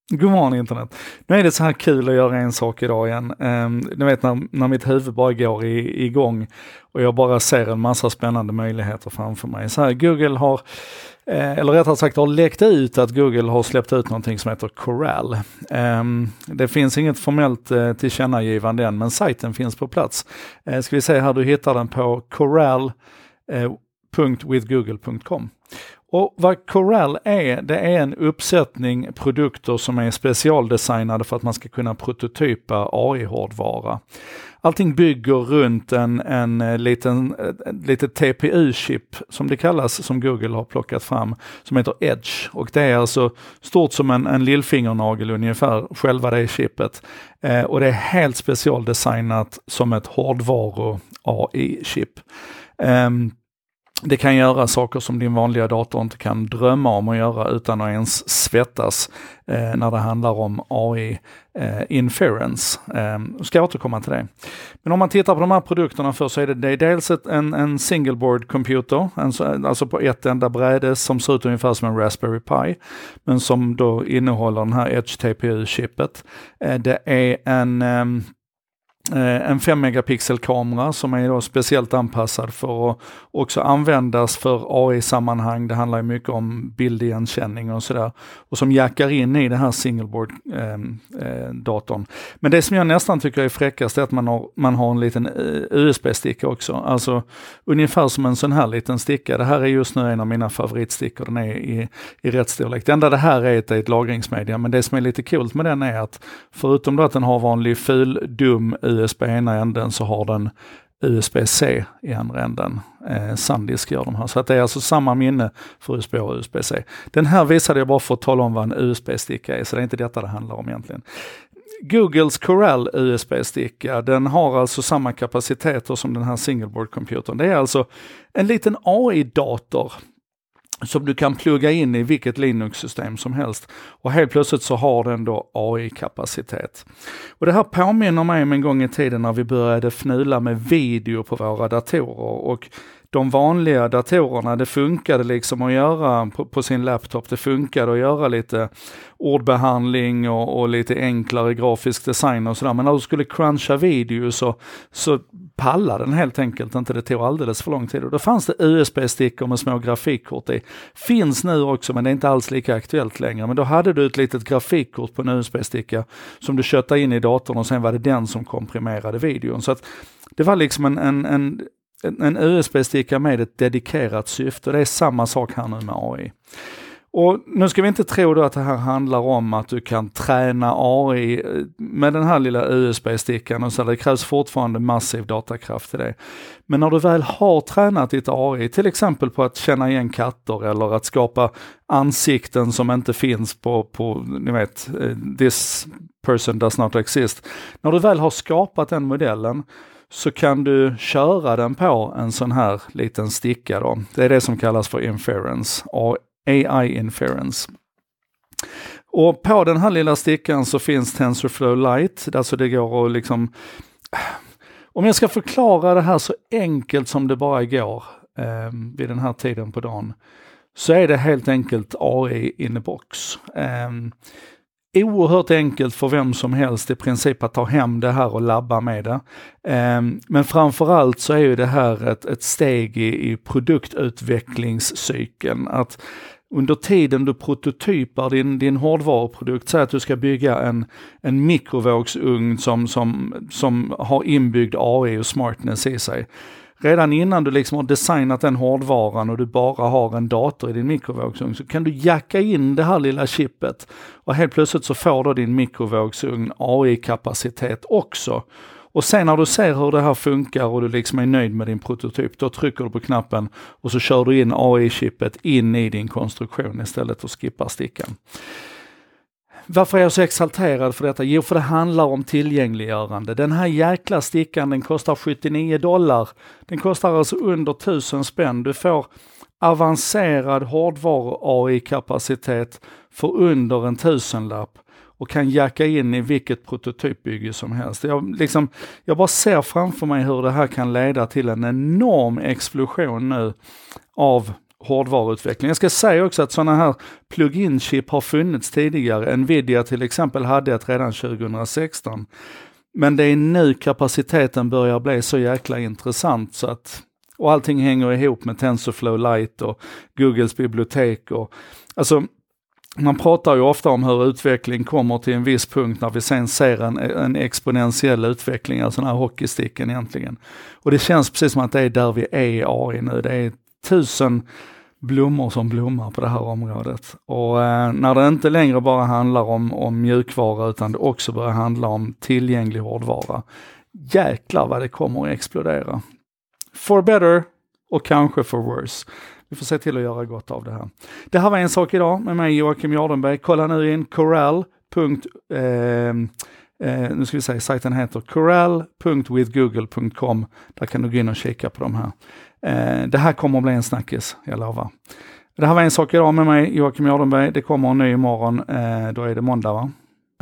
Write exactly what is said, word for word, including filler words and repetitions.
God morgon internet. Nu är det så här kul att göra en sak idag igen. Um, ni vet när, när mitt huvud bara går i, igång och jag bara ser en massa spännande möjligheter framför mig. Så här, Google har, eh, eller rättare sagt har läckt ut att Google har släppt ut någonting som heter Coral. Um, det finns inget formellt eh, tillkännagivande än, men sajten finns på plats. Eh, ska vi se här, du hittar den på coral punkt with google punkt com. Och vad Coral är, det är en uppsättning produkter som är specialdesignade för att man ska kunna prototypa A I-hårdvara. Allting bygger runt en, en liten litet T P U-chip som det kallas, som Google har plockat fram, som heter Edge. Och det är alltså stort som en, en lillfingernagel ungefär, själva det chippet. Eh, och det är helt specialdesignat som ett hårdvaru-A I-chip. Um, Det kan göra saker som din vanliga dator inte kan drömma om att göra utan att ens svettas eh, när det handlar om A I eh, inference. Eh, jag ska återkomma till det. Men om man tittar på de här produkterna först så är det, det är dels ett, en, en single board computer, en, alltså på ett enda bräde som ser ut ungefär som en Raspberry Pi, men som då innehåller den här Edge T P U-chippet. Eh, det är en... Eh, En fem megapixel kamera som är då speciellt anpassad för att också användas för A I-sammanhang. Det handlar ju mycket om bildigenkänning och sådär. Och som jackar in i det här singleboard-datorn. Eh, eh, Men det som jag nästan tycker är fräckast är att man har, man har en liten U S B-sticka också. Alltså ungefär som en sån här liten sticka. Det här är just nu en av mina favoritstickor. Den är i, i rätt storlek. Det enda det här är ett, ett lagringsmedia. Men det som är lite kul med den är att förutom då att den har vanlig ful, dum U S B i ena änden så har den U S B-C i andra änden. Eh, SanDisk gör de här. Så att det är alltså samma minne för U S B och U S B-C. Den här visade jag bara för att tala om vad en U S B-sticka är, så det är inte detta det handlar om egentligen. Googles Coral U S B-sticka, den har alltså samma kapaciteter som den här singleboard-computern. Det är alltså en liten A I-dator som du kan plugga in i vilket Linux-system som helst. Och helt plötsligt så har den då A I-kapacitet. Och det här påminner mig om en gång i tiden när vi började fnula med video på våra datorer. Och de vanliga datorerna, det funkade liksom att göra på, på sin laptop, det funkade att göra lite ordbehandling och, och lite enklare grafisk design och sådär. Men när du skulle cruncha video så, så pallade den helt enkelt inte, det tog alldeles för lång tid. Och då fanns det U S B-stickor med små grafikkort i. Finns nu också, men det är inte alls lika aktuellt längre. Men då hade du ett litet grafikkort på en U S B-sticka som du köttade in i datorn och sen var det den som komprimerade videon. Så att det var liksom en, en, en En U S B-sticka med ett dedikerat syfte. Det är samma sak här nu med A I. Och nu ska vi inte tro då att det här handlar om att du kan träna A I med den här lilla U S B-stickan. Och så det krävs fortfarande massiv datakraft i det. Men när du väl har tränat ditt A I, till exempel på att känna igen katter eller att skapa ansikten som inte finns på, på ni vet, this person does not exist. När du väl har skapat den modellen så kan du köra den på en sån här liten sticka då. Det är det som kallas för inference, A I inference. Och på den här lilla stickan så finns TensorFlow Lite, alltså det går att liksom... Om jag ska förklara det här så enkelt som det bara går eh, vid den här tiden på dagen, så är det helt enkelt A I in a box. Eh, Oerhört enkelt för vem som helst i princip att ta hem det här och labba med det. Um, men framförallt så är ju det här ett, ett steg i, i produktutvecklingscykeln. Att under tiden du prototypar din, din hårdvaruprodukt, så att du ska bygga en, en mikrovågsugn som, som, som har inbyggd A I och smartness i sig. Redan innan du liksom har designat den hårdvaran och du bara har en dator i din mikrovågsugn, så kan du jacka in det här lilla chippet och helt plötsligt så får då din mikrovågsugn A I-kapacitet också. Och sen när du ser hur det här funkar och du liksom är nöjd med din prototyp, då trycker du på knappen och så kör du in A I-chippet in i din konstruktion istället för att skippa stickan. Varför är jag så exalterad för detta? Jo, för det handlar om tillgängliggörande. Den här jäkla stickan, den kostar sjuttionio dollar. Den kostar alltså under tusen spänn. Du får avancerad hårdvaru-A I-kapacitet för under en tusenlapp och kan jacka in i vilket prototypbygge som helst. Jag, liksom, jag bara ser framför mig hur det här kan leda till en enorm explosion nu av hårdvaruutveckling. Jag ska säga också att sådana här plug-in-chip har funnits tidigare. Nvidia till exempel hade ett redan tjugohundrasexton. Men det är nu kapaciteten börjar bli så jäkla intressant så att, och allting hänger ihop med TensorFlow Lite och Googles bibliotek och alltså man pratar ju ofta om hur utveckling kommer till en viss punkt när vi sen ser en, en exponentiell utveckling, alltså den här hockeysticken egentligen. Och det känns precis som att det är där vi är i A I nu. Det är tusen blommor som blommar på det här området. Och eh, när det inte längre bara handlar om, om mjukvara utan det också börjar handla om tillgänglig hårdvara. Jäklar vad det kommer att explodera. For better och kanske for worse. Vi får se till att göra gott av det här. Det här var en sak idag med mig Joakim Jardenberg. Kolla nu in corral. Eh, eh, nu ska vi säga, sajten heter corral punkt with google punkt com. Där kan du gå in och kika på de här. Eh, det här kommer att bli en snackis, jag lovar. Det här var en sak idag med mig Joakim Jardenberg. Det kommer en ny imorgon. Eh, då är det måndag, va?